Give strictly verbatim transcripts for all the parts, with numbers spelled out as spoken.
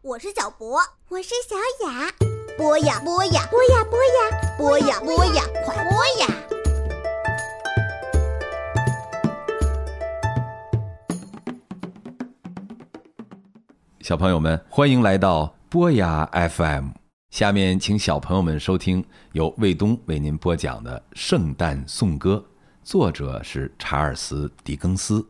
我是小博， 我是小雅。 播呀播呀播呀播呀播呀播呀，快播呀！ 小朋友们，欢迎来到播呀 F M。下面请小朋友们收听由卫东为您播讲的《圣诞颂歌》，作者是查尔斯·狄更斯。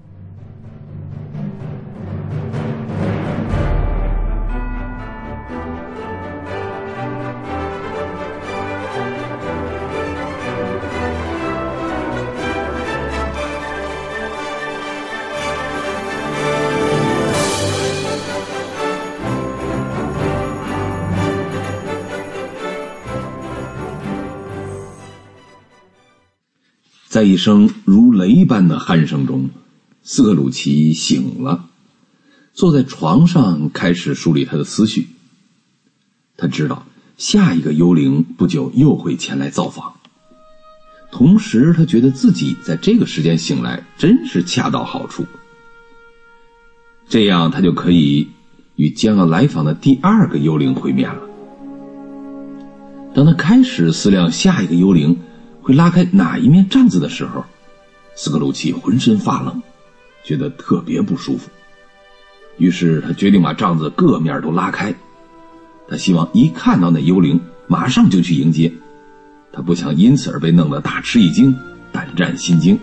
在一声如雷般的鼾声中，斯克鲁奇醒了，坐在床上开始梳理他的思绪。他知道下一个幽灵不久又会前来造访，同时他觉得自己在这个时间醒来真是恰到好处，这样他就可以与将要来访的第二个幽灵会面了。当他开始思量下一个幽灵会拉开哪一面帐子的时候，斯克鲁奇浑身发冷，觉得特别不舒服。于是他决定把帐子各面都拉开，他希望一看到那幽灵马上就去迎接，他不想因此而被弄得大吃一惊，胆战心惊。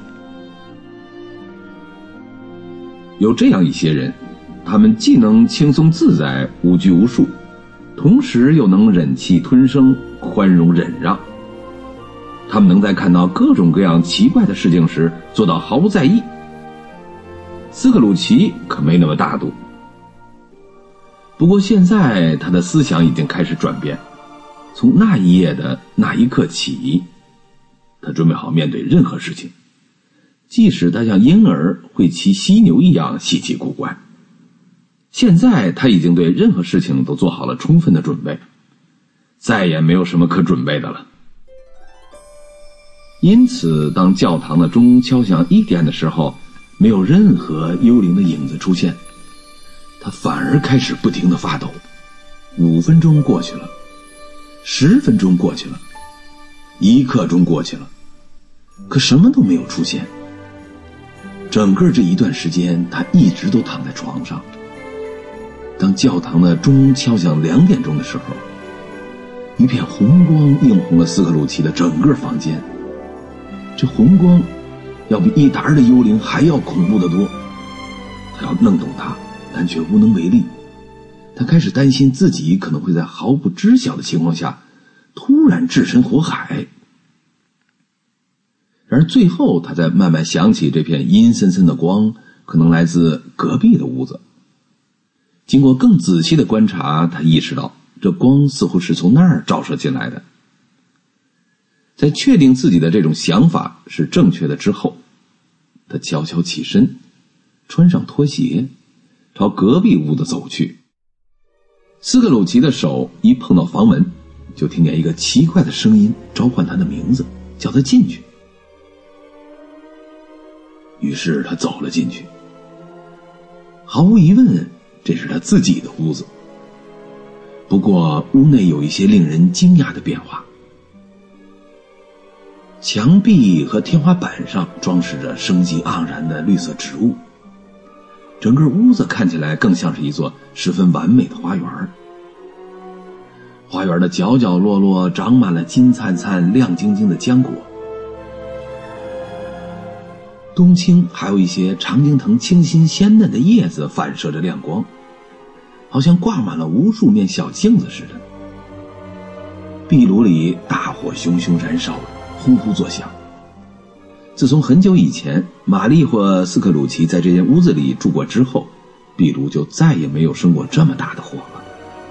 有这样一些人，他们既能轻松自在无拘无束，同时又能忍气吞声，宽容忍让。他们能在看到各种各样奇怪的事情时做到毫不在意。斯克鲁奇可没那么大度。不过现在他的思想已经开始转变，从那一夜的那一刻起，他准备好面对任何事情，即使他像婴儿会骑犀牛一样稀奇古怪。现在他已经对任何事情都做好了充分的准备，再也没有什么可准备的了。因此当教堂的钟敲响一点的时候，没有任何幽灵的影子出现，他反而开始不停地发抖。五分钟过去了，十分钟过去了，一刻钟过去了，可什么都没有出现。整个这一段时间他一直都躺在床上。当教堂的钟敲响两点钟的时候，一片红光映红了斯克鲁奇的整个房间。这红光要比一沓的幽灵还要恐怖得多。他要弄懂它，但却无能为力。他开始担心自己可能会在毫不知晓的情况下突然置身火海。然而最后他才慢慢想起，这片阴森森的光可能来自隔壁的屋子。经过更仔细的观察，他意识到这光似乎是从那儿照射进来的。在确定自己的这种想法是正确的之后，他悄悄起身，穿上拖鞋，朝隔壁屋子走去。斯克鲁奇的手一碰到房门，就听见一个奇怪的声音召唤他的名字，叫他进去。于是他走了进去。毫无疑问，这是他自己的屋子。不过屋内有一些令人惊讶的变化。墙壁和天花板上装饰着生机盎然的绿色植物，整个屋子看起来更像是一座十分完美的花园。花园的角角落落长满了金灿灿亮晶晶的浆果，冬青还有一些常青藤清新鲜嫩的叶子反射着亮光，好像挂满了无数面小镜子似的。壁炉里大火熊熊燃烧，呼呼作响。自从很久以前玛丽或斯克鲁奇在这间屋子里住过之后，壁炉就再也没有生过这么大的火了。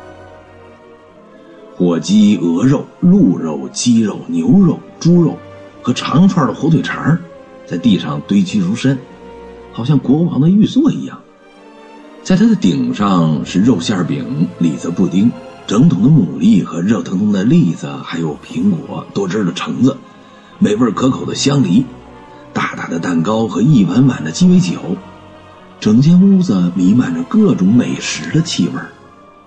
火鸡、鹅肉、鹿肉、鸡肉、牛肉、猪肉和长串的火腿肠在地上堆积如山，好像国王的寓所一样。在它的顶上是肉馅饼、李子布丁、整桶的牡蛎和热腾腾的栗子，还有苹果、多汁的橙子，美味可口的香梨，大大的蛋糕和一碗碗的鸡尾酒。整间屋子弥漫着各种美食的气味。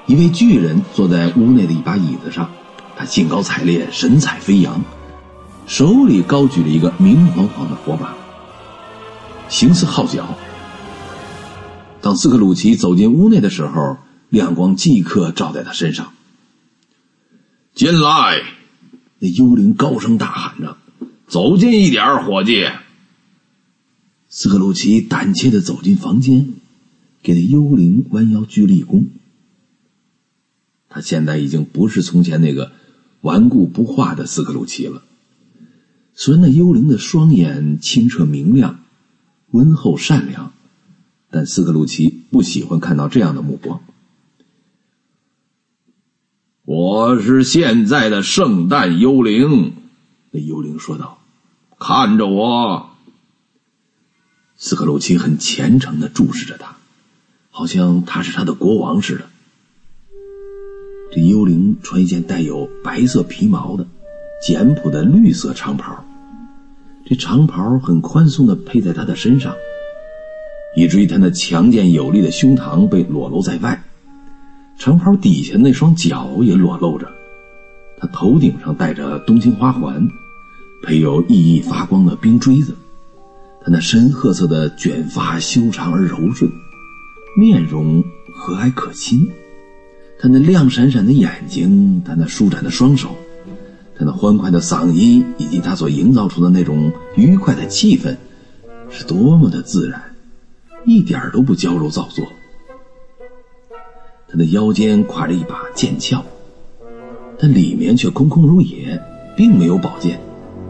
一位巨人坐在屋内的一把椅子上，他兴高采烈，神采飞扬，手里高举着一个明晃晃的火把，形似号角。当斯克鲁奇走进屋内的时候，亮光即刻照在他身上。进来！那幽灵高声大喊着，走近一点，伙计。斯克鲁奇胆怯地走进房间，给那幽灵弯腰鞠了一躬。他现在已经不是从前那个顽固不化的斯克鲁奇了。虽然那幽灵的双眼清澈明亮，温厚善良，但斯克鲁奇不喜欢看到这样的目光。我是现在的圣诞幽灵，那幽灵说道，看着我。斯克鲁奇很虔诚地注视着他，好像他是他的国王似的。这幽灵穿一件带有白色皮毛的简朴的绿色长袍，这长袍很宽松地披在他的身上，以至于他那强健有力的胸膛被裸露在外，长袍底下那双脚也裸露着。他头顶上戴着冬青花环，配有熠熠发光的冰锥子。他那深褐色的卷发修长而柔顺，面容和蔼可亲。他那亮闪闪的眼睛，他那舒展的双手，他那欢快的嗓音，以及他所营造出的那种愉快的气氛，是多么的自然，一点都不娇柔造作。他的腰间挎着一把剑鞘，但里面却空空如也，并没有宝剑。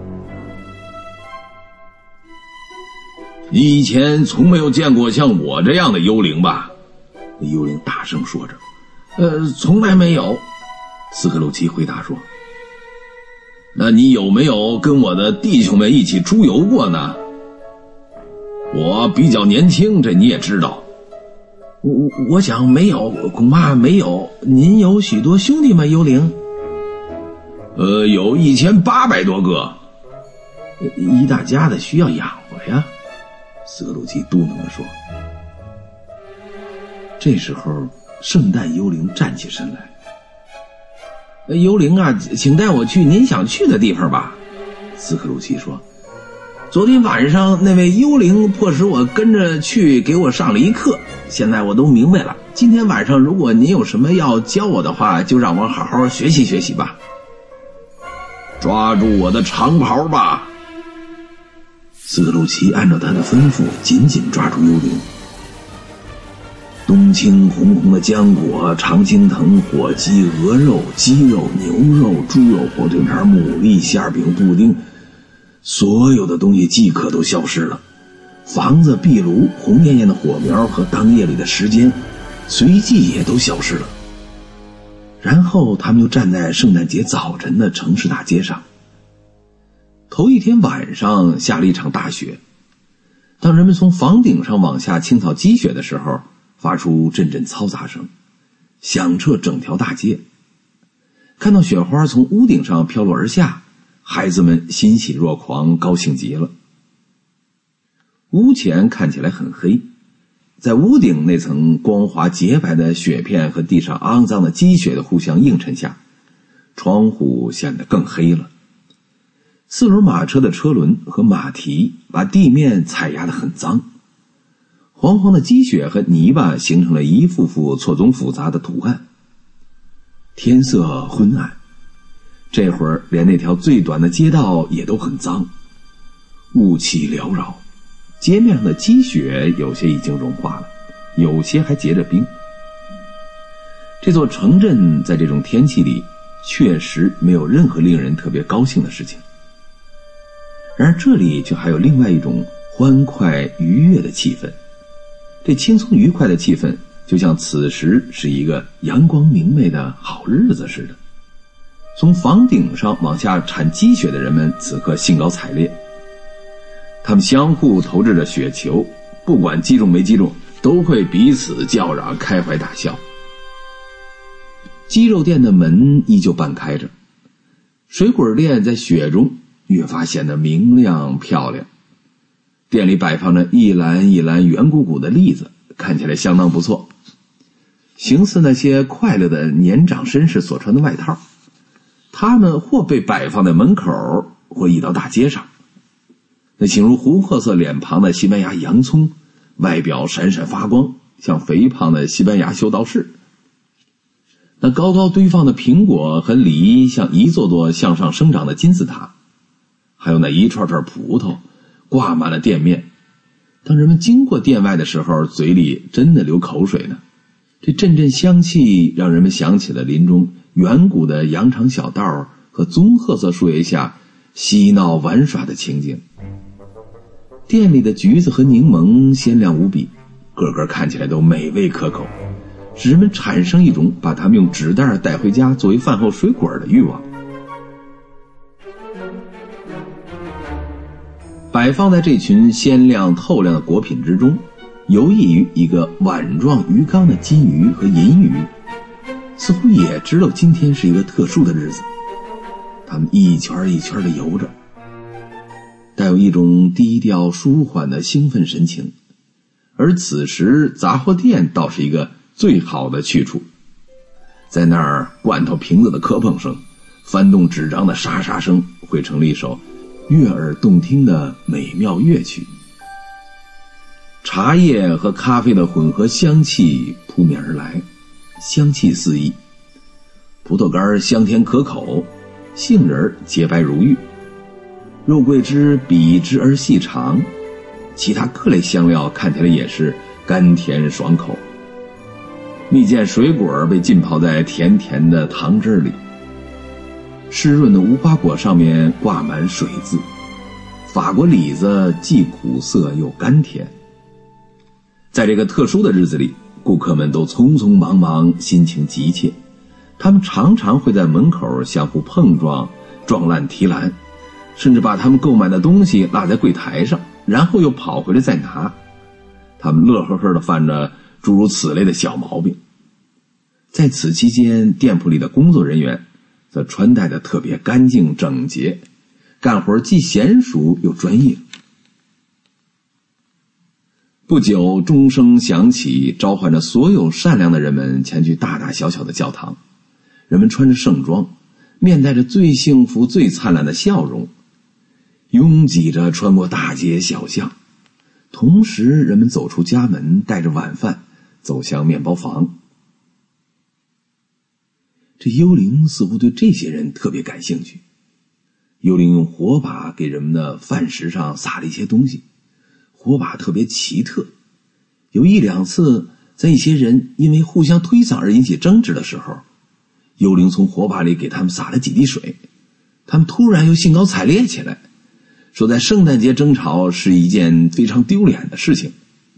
你以前从没有见过像我这样的幽灵吧？那幽灵大声说着。呃，从来没有，斯克鲁奇回答说。那你有没有跟我的弟兄们一起出游过呢？我比较年轻，这你也知道。我我想没有，恐怕没有。您有许多兄弟吗，幽灵？呃，有一千八百多个。一大家子需要养活呀，斯克鲁奇嘟囔地说。这时候圣诞幽灵站起身来。幽灵啊，请带我去您想去的地方吧，斯克鲁奇说。昨天晚上那位幽灵迫使我跟着去，给我上了一课，现在我都明白了。今天晚上如果您有什么要教我的话，就让我好好学习学习吧。抓住我的长袍吧。斯克鲁奇按照他的吩咐紧紧抓住幽灵。冬青红红的浆果、常青藤、火鸡、鹅肉、鸡肉、牛肉、猪肉、火腿肠、牡蛎、馅饼、布丁，所有的东西即刻都消失了。房子、壁炉、红艳艳的火苗和当夜里的时间随即也都消失了。然后他们又站在圣诞节早晨的城市大街上。头一天晚上下了一场大雪，当人们从房顶上往下清扫积雪的时候，发出阵阵嘈杂声，响彻整条大街。看到雪花从屋顶上飘落而下，孩子们欣喜若狂，高兴极了。屋前看起来很黑，在屋顶那层光滑洁白的雪片和地上肮脏的积雪的互相映衬下，窗户显得更黑了。四轮马车的车轮和马蹄把地面踩压得很脏，黄黄的积雪和泥巴形成了一幅幅错综复杂的图案。天色昏暗，这会儿连那条最短的街道也都很脏，雾气缭绕，街面上的积雪有些已经融化了，有些还结着冰。这座城镇在这种天气里确实没有任何令人特别高兴的事情。然而这里却还有另外一种欢快愉悦的气氛，这轻松愉快的气氛就像此时是一个阳光明媚的好日子似的。从房顶上往下铲积雪的人们此刻兴高采烈，他们相互投掷着雪球，不管击中没击中，都会彼此叫嚷，开怀大笑。鸡肉店的门依旧半开着，水果店在雪中越发显得明亮漂亮。店里摆放着一篮一篮圆鼓鼓的栗子，看起来相当不错。 形似那些快乐的年长绅士所穿的外套，他们或被摆放在门口，或移到大街上。那形如琥珀色脸庞的西班牙洋葱，外表闪闪发光，像肥胖的西班牙修道士。那高高堆放的苹果和梨，像一座座向上生长的金字塔，还有那一串串葡萄挂满了店面。当人们经过店外的时候，嘴里真的流口水呢。这阵阵香气让人们想起了林中远古的羊肠小道和棕褐色树叶下嬉闹玩耍的情景。店里的橘子和柠檬鲜亮无比，个个看起来都美味可口，使人们产生一种把它们用纸袋带回家作为饭后水果的欲望。摆放在这群鲜亮透亮的果品之中，游弋于一个碗状鱼缸的金鱼和银鱼，似乎也知道今天是一个特殊的日子。它们一圈一圈地游着，带有一种低调舒缓的兴奋神情。而此时杂货店倒是一个最好的去处，在那儿罐头瓶子的磕碰声，翻动纸张的沙沙声，汇成了一首悦耳动听的美妙乐曲。茶叶和咖啡的混合香气扑面而来，香气四溢。葡萄干香甜可口，杏仁洁白如玉，肉桂枝笔直而细长，其他各类香料看起来也是甘甜爽口。蜜饯水果被浸泡在甜甜的糖汁里，湿润的无花果上面挂满水渍，法国李子既苦涩又甘甜。在这个特殊的日子里，顾客们都匆匆忙忙，心情急切，他们常常会在门口相互碰撞，撞烂提篮，甚至把他们购买的东西落在柜台上，然后又跑回来再拿。他们乐呵呵地犯着诸如此类的小毛病。在此期间，店铺里的工作人员则穿戴得特别干净整洁，干活既娴熟又专业。不久，钟声响起，召唤着所有善良的人们前去大大小小的教堂。人们穿着盛装，面带着最幸福最灿烂的笑容，拥挤着穿过大街小巷。同时，人们走出家门，带着晚饭走向面包房。这幽灵似乎对这些人特别感兴趣。幽灵用火把给人们的饭食上撒了一些东西，火把特别奇特。有一两次，在一些人因为互相推搡而引起争执的时候，幽灵从火把里给他们洒了几滴水，他们突然又兴高采烈起来，说在圣诞节争吵是一件非常丢脸的事情。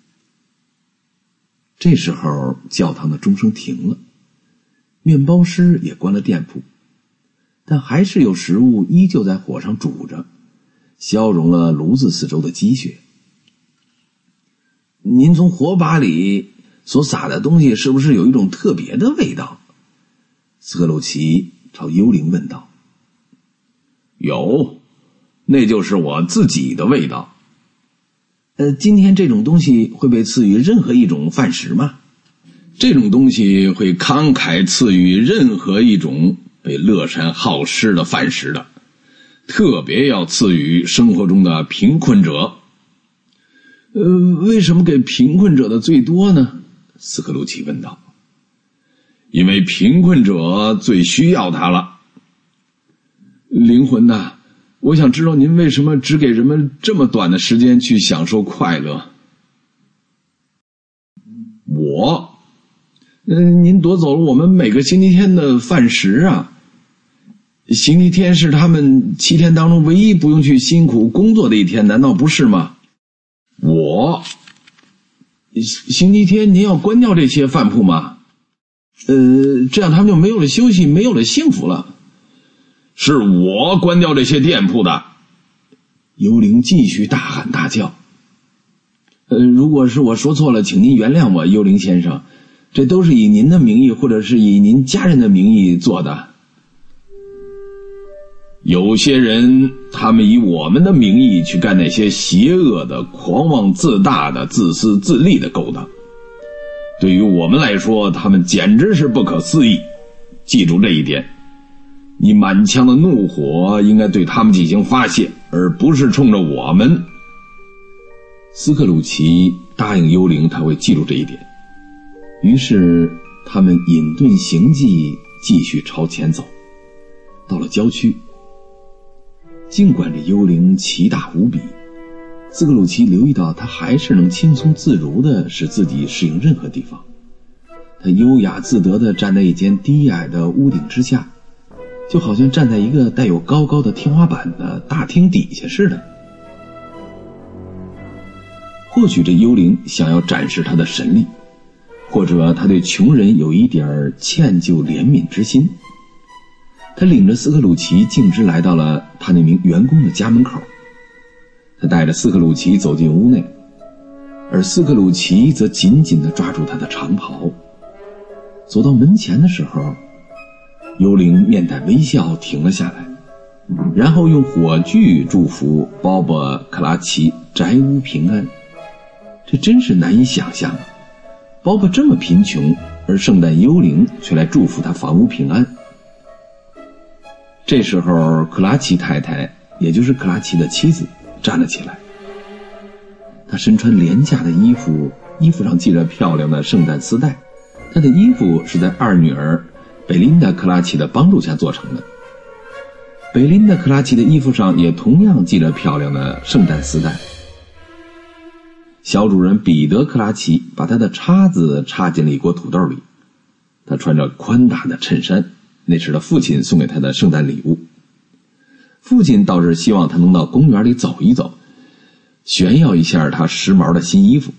这时候教堂的钟声停了，面包师也关了店铺，但还是有食物依旧在火上煮着，消融了炉子四周的积雪。您从火把里所撒的东西是不是有一种特别的味道？斯克鲁奇朝幽灵问道。有，那就是我自己的味道。呃，今天这种东西会被赐予任何一种饭食吗？这种东西会慷慨赐予任何一种被乐山好施的饭食的，特别要赐予生活中的贫困者。呃，为什么给贫困者的最多呢？斯克鲁奇问道。因为贫困者最需要它了。灵魂呐，我想知道您为什么只给人们这么短的时间去享受快乐。我，呃，您夺走了我们每个星期天的饭食啊。星期天是他们七天当中唯一不用去辛苦工作的一天，难道不是吗？我，星期天您要关掉这些饭铺吗？呃，这样他们就没有了休息，没有了幸福了。是我关掉这些店铺的。幽灵继续大喊大叫。呃，如果是我说错了，请您原谅我，幽灵先生，这都是以您的名义或者是以您家人的名义做的。有些人，他们以我们的名义去干那些邪恶的、狂妄自大的、自私自利的勾当。 对于我们来说，他们简直是不可思议。记住这一点，你满腔的怒火应该对他们进行发泄，而不是冲着我们。斯克鲁奇答应幽灵他会记住这一点，于是他们隐遁行迹，继续朝前走。到了郊区，尽管这幽灵奇大无比，斯克鲁奇留意到他还是能轻松自如地使自己适应任何地方。他优雅自得地站在一间低矮的屋顶之下，就好像站在一个带有高高的天花板的大厅底下似的。或许这幽灵想要展示他的神力，或者他对穷人有一点歉疚怜悯之心。他领着斯克鲁奇径直来到了他那名员工的家门口。他带着斯克鲁奇走进屋内，而斯克鲁奇则紧紧地抓住他的长袍。走到门前的时候，幽灵面带微笑停了下来，然后用火炬祝福鲍勃·克拉奇宅屋平安。这真是难以想象啊！鲍勃这么贫穷，而圣诞幽灵却来祝福他房屋平安。这时候克拉奇太太，也就是克拉奇的妻子，站了起来。她身穿廉价的衣服，衣服上系着漂亮的圣诞丝带。她的衣服是在二女儿贝琳达·克拉奇的帮助下做成的。贝琳达·克拉奇的衣服上也同样系着漂亮的圣诞丝带。小主人彼得·克拉奇把他的叉子插进了一锅土豆里。他穿着宽大的衬衫，那是他父亲送给他的圣诞礼物。父亲倒是希望他能到公园里走一走，炫耀一下他时髦的新衣服。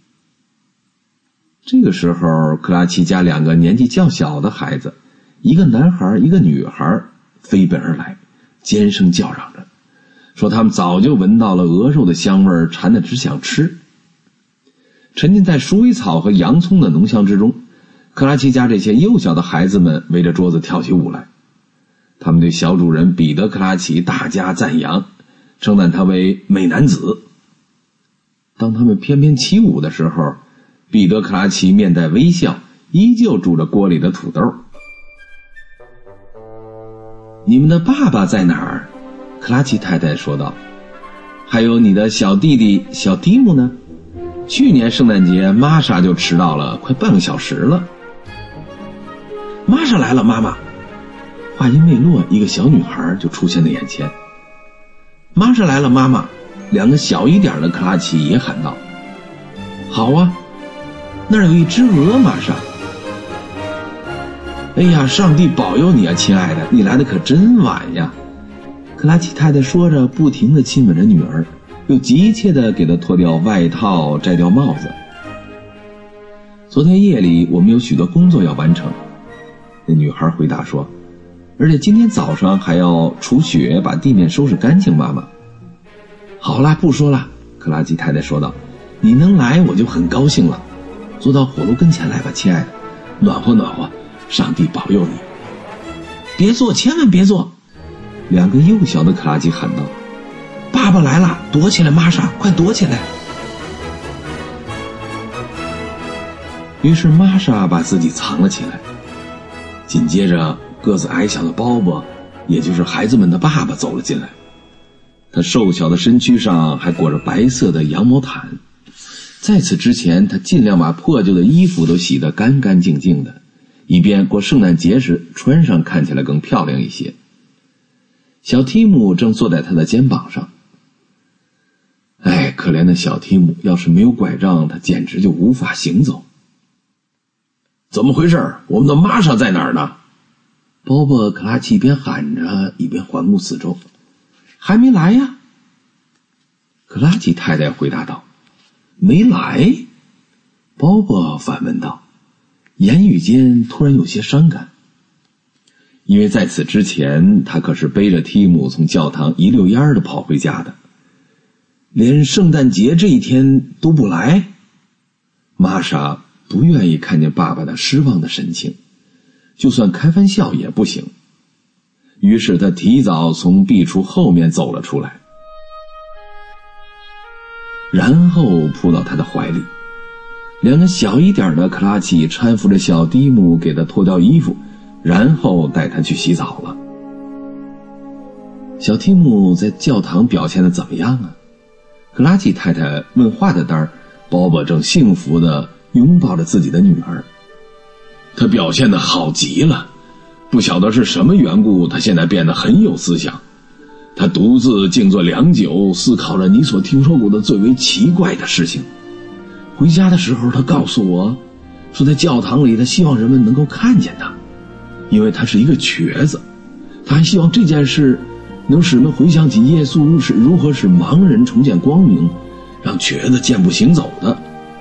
这个时候，克拉奇家两个年纪较小的孩子，一个男孩一个女孩，飞奔而来，尖声叫嚷着，说他们早就闻到了鹅肉的香味，馋得只想吃。沉浸在鼠尾草和洋葱的浓香之中，克拉奇家这些幼小的孩子们围着桌子跳起舞来。他们对小主人彼得·克拉奇大加赞扬，称赞他为美男子。当他们翩翩起舞的时候，彼得·克拉奇面带微笑，依旧煮着锅里的土豆。你们的爸爸在哪儿？克拉奇太太说道。还有你的小弟弟小蒂姆呢？去年圣诞节玛莎就迟到了快半个小时了。玛莎来了，妈妈。话音未落，一个小女孩就出现在眼前。玛莎来了，妈妈。两个小一点的克拉奇也喊道。好啊，那儿有一只鹅，玛莎。哎呀，上帝保佑你啊，亲爱的，你来的可真晚呀。克拉奇太太说着，不停地亲吻着女儿，又急切地给她脱掉外套，摘掉帽子。昨天夜里我们有许多工作要完成，那女孩回答说，而且今天早上还要除雪，把地面收拾干净，妈妈。好啦，不说了，克拉奇太太说道，你能来我就很高兴了。坐到火炉跟前来吧，亲爱的，暖和暖和，上帝保佑你。别坐，千万别坐，两个幼小的克拉奇喊道。爸爸来了，躲起来，玛莎，快躲起来。于是玛莎把自己藏了起来。紧接着，个子矮小的鲍勃，也就是孩子们的爸爸走了进来。他瘦小的身躯上还裹着白色的羊毛毯。在此之前，他尽量把破旧的衣服都洗得干干净净的，以便过圣诞节时穿上看起来更漂亮一些。小提姆正坐在他的肩膀上。哎，可怜的小提姆，要是没有拐杖，他简直就无法行走。怎么回事？我们的玛莎在哪儿呢？鲍勃·克拉奇一边喊着，一边环顾四周。还没来呀。克拉奇太太回答道。没来？鲍勃反问道，言语间突然有些伤感。因为在此之前，他可是背着提姆从教堂一溜烟的跑回家的。连圣诞节这一天都不来？玛莎不愿意看见爸爸的失望的神情，就算开玩笑也不行。于是他提早从壁橱后面走了出来，然后扑到他的怀里。 两个小一点的克拉奇搀扶着小蒂姆给他脱掉衣服，然后带他去洗澡了。小蒂姆在教堂表现得怎么样啊？克拉奇太太问话的当儿，鲍勃正幸福地拥抱着自己的女儿。他表现得好极了，不晓得是什么缘故，他现在变得很有思想。他独自静坐良久，思考着你所听说过的最为奇怪的事情。回家的时候，他告诉我说，在教堂里他希望人们能够看见他，因为他是一个瘸子。他还希望这件事能使人们回想起耶稣是如何使盲人重见光明，让瘸子健步行走的。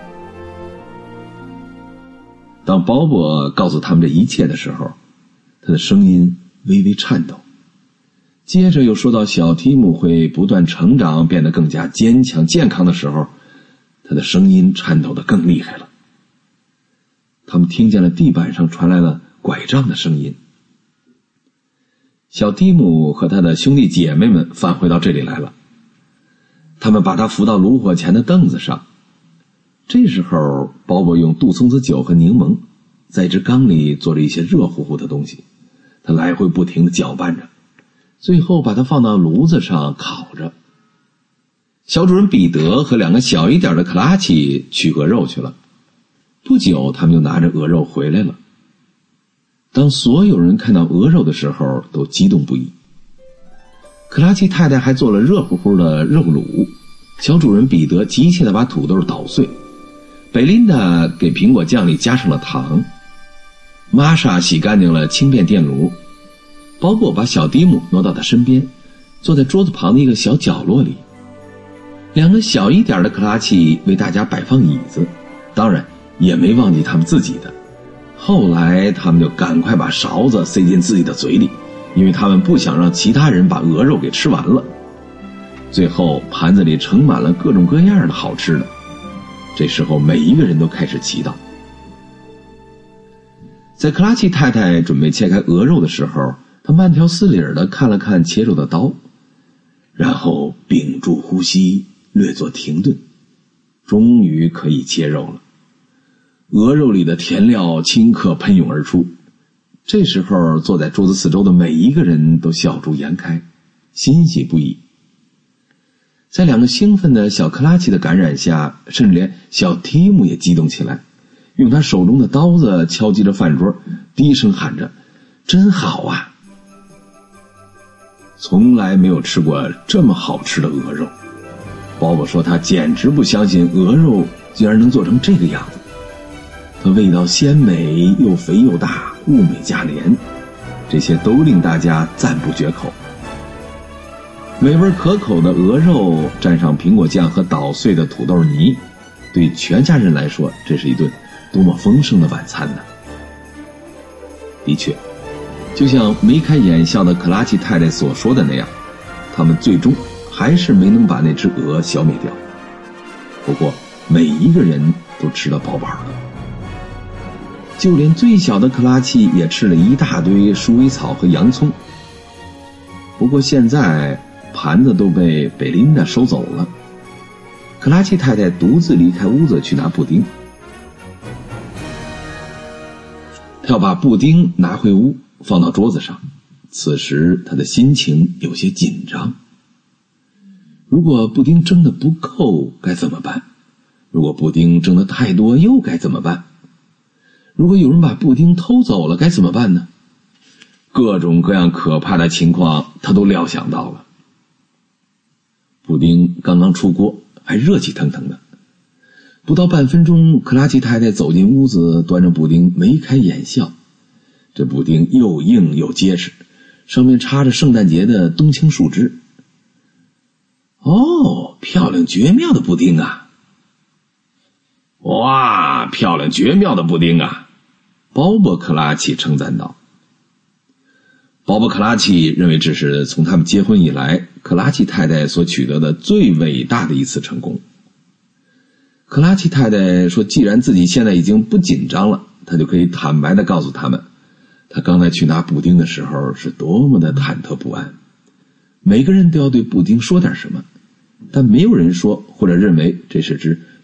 当鲍勃告诉他们这一切的时候，他的声音微微颤抖。接着又说到小提姆会不断成长，变得更加坚强健康的时候，他的声音颤抖得更厉害了。他们听见了地板上传来了拐杖的声音。小蒂姆和他的兄弟姐妹们返回到这里来了，他们把他扶到炉火前的凳子上。这时候鲍勃用杜松子酒和柠檬在一只缸里做了一些热乎乎的东西，他来回不停地搅拌着，最后把它放到炉子上烤着。小主人彼得和两个小一点的克拉奇去割肉去了，不久他们就拿着鹅肉回来了。当所有人看到鹅肉的时候，都激动不已。克拉奇太太还做了热乎乎的肉卤，小主人彼得急切地把土豆捣碎，贝琳达给苹果酱里加上了糖，玛莎洗干净了轻便电炉，鲍勃把小蒂姆挪到他身边，坐在桌子旁的一个小角落里。两个小一点的克拉奇为大家摆放椅子，当然也没忘记他们自己的。后来他们就赶快把勺子塞进自己的嘴里，因为他们不想让其他人把鹅肉给吃完了。最后盘子里盛满了各种各样的好吃的。这时候每一个人都开始祈祷。在克拉奇太太准备切开鹅肉的时候，她慢条斯理地看了看切肉的刀，然后屏住呼吸，略作停顿，终于可以切肉了。鹅肉里的甜料顷刻喷涌而出，这时候坐在桌子四周的每一个人都笑逐颜开，欣喜不已。在两个兴奋的小克拉奇的感染下，甚至连小提姆也激动起来，用他手中的刀子敲击着饭桌，低声喊着：“真好啊！”从来没有吃过这么好吃的鹅肉。鲍勃说他简直不相信鹅肉竟然能做成这个样子。它味道鲜美，又肥又大，物美价廉，这些都令大家赞不绝口。美味可口的鹅肉蘸上苹果酱和捣碎的土豆泥，对全家人来说，这是一顿多么丰盛的晚餐呢！的确，就像眉开眼笑的克拉奇太太所说的那样，他们最终还是没能把那只鹅消灭掉。不过每一个人都吃得饱饱的，就连最小的克拉奇也吃了一大堆鼠尾草和洋葱。不过现在盘子都被贝琳达收走了，克拉奇太太独自离开屋子去拿布丁。她要把布丁拿回屋放到桌子上，此时她的心情有些紧张。如果布丁蒸得不够该怎么办？如果布丁蒸得太多又该怎么办？如果有人把布丁偷走了该怎么办呢？各种各样可怕的情况他都料想到了。布丁刚刚出锅，还热气腾腾的。不到半分钟，克拉奇太太走进屋子，端着布丁眉开眼笑。这布丁又硬又结实，上面插着圣诞节的冬青树枝。哦，漂亮绝妙的布丁啊！哇，漂亮绝妙的布丁啊！鲍勃克拉奇称赞道。鲍勃克拉奇认为这是从他们结婚以来克拉奇太太所取得的最伟大的一次成功。克拉奇太太说，既然自己现在已经不紧张了，她就可以坦白地告诉他们，她刚才去拿布丁的时候是多么的忐忑不安。每个人都要对布丁说点什么，但没有人说或者认为这是只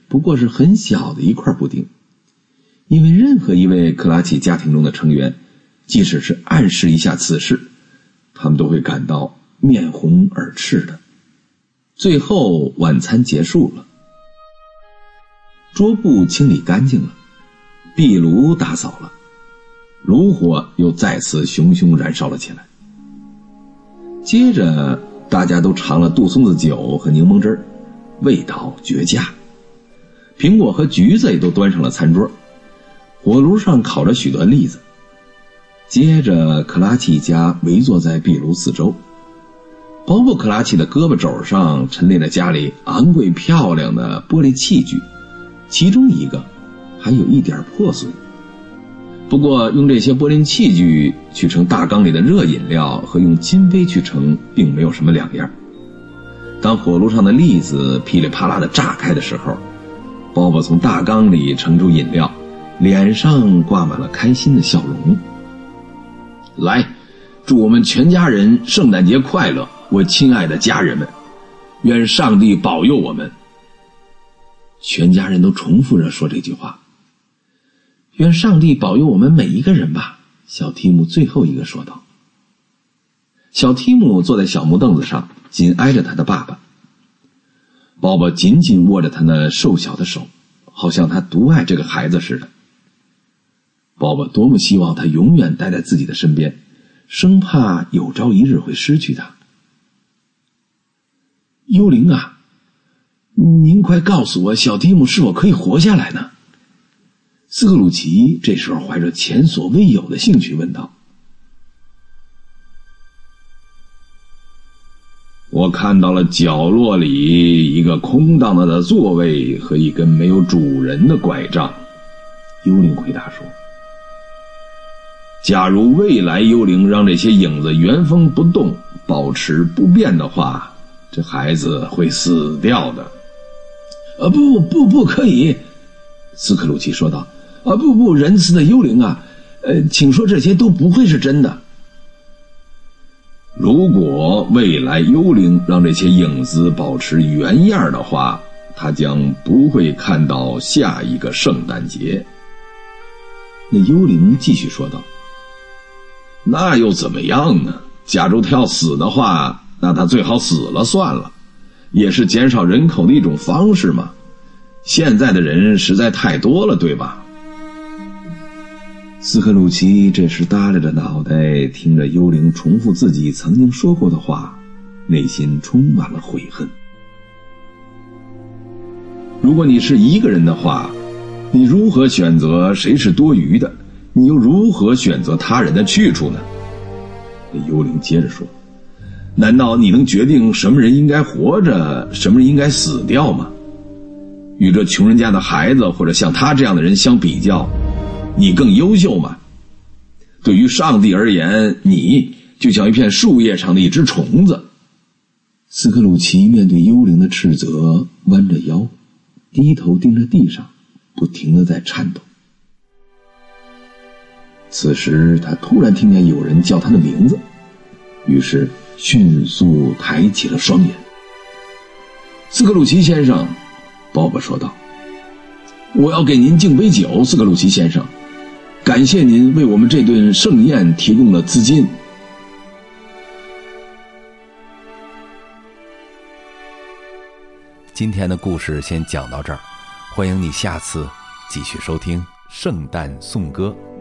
不过是很小的一块布丁，因为任何一位克拉奇家庭中的成员，即使是暗示一下此事，他们都会感到面红耳赤的。最后晚餐结束了，桌布清理干净了，壁炉打扫了，炉火又再次熊熊燃烧了起来。接着大家都尝了杜松子酒和柠檬汁，味道绝佳。苹果和橘子也都端上了餐桌，火炉上烤着许多栗子。接着克拉奇一家围坐在壁炉四周，包括克拉奇的胳膊肘上陈列了家里昂贵漂亮的玻璃器具，其中一个还有一点破碎。不过用这些玻璃器具去盛大缸里的热饮料和用金杯去盛并没有什么两样。当火炉上的栗子噼里啪啦地炸开的时候，鲍勃从大缸里盛出饮料，脸上挂满了开心的笑容。来，祝我们全家人圣诞节快乐，我亲爱的家人们，愿上帝保佑我们。全家人都重复着说这句话。愿上帝保佑我们每一个人吧，小提姆最后一个说道。小提姆坐在小木凳子上，紧挨着他的爸爸。鲍勃紧紧握着他那瘦小的手，好像他独爱这个孩子似的。鲍勃多么希望他永远待在自己的身边，生怕有朝一日会失去他。幽灵啊，您快告诉我，小提姆是否可以活下来呢？斯克鲁奇这时候怀着前所未有的兴趣问道。我看到了角落里一个空荡荡的座位和一根没有主人的拐杖，幽灵回答说。假如未来幽灵让这些影子原封不动保持不变的话，这孩子会死掉的。啊，不不不可以，斯克鲁奇说道。啊，不不，仁慈的幽灵啊，呃，请说这些都不会是真的。如果未来幽灵让这些影子保持原样的话，他将不会看到下一个圣诞节。那幽灵继续说道。那又怎么样呢？假如他要死的话，那他最好死了算了，也是减少人口的一种方式嘛。现在的人实在太多了，对吧？斯克鲁奇这时耷拉着脑袋，听着幽灵重复自己曾经说过的话，内心充满了悔恨。如果你是一个人的话，你如何选择谁是多余的？你又如何选择他人的去处呢？幽灵接着说，难道你能决定什么人应该活着，什么人应该死掉吗？与这穷人家的孩子或者像他这样的人相比较，你更优秀吗？对于上帝而言，你就像一片树叶上的一只虫子。斯克鲁奇面对幽灵的斥责，弯着腰，低头盯着地上，不停地在颤抖。此时他突然听见有人叫他的名字，于是迅速抬起了双眼。斯克鲁奇先生，鲍勃说道，我要给您敬杯酒，斯克鲁奇先生，感谢您为我们这顿盛宴提供了资金。 今天的故事先讲到这儿，欢迎你下次继续收听圣诞颂歌。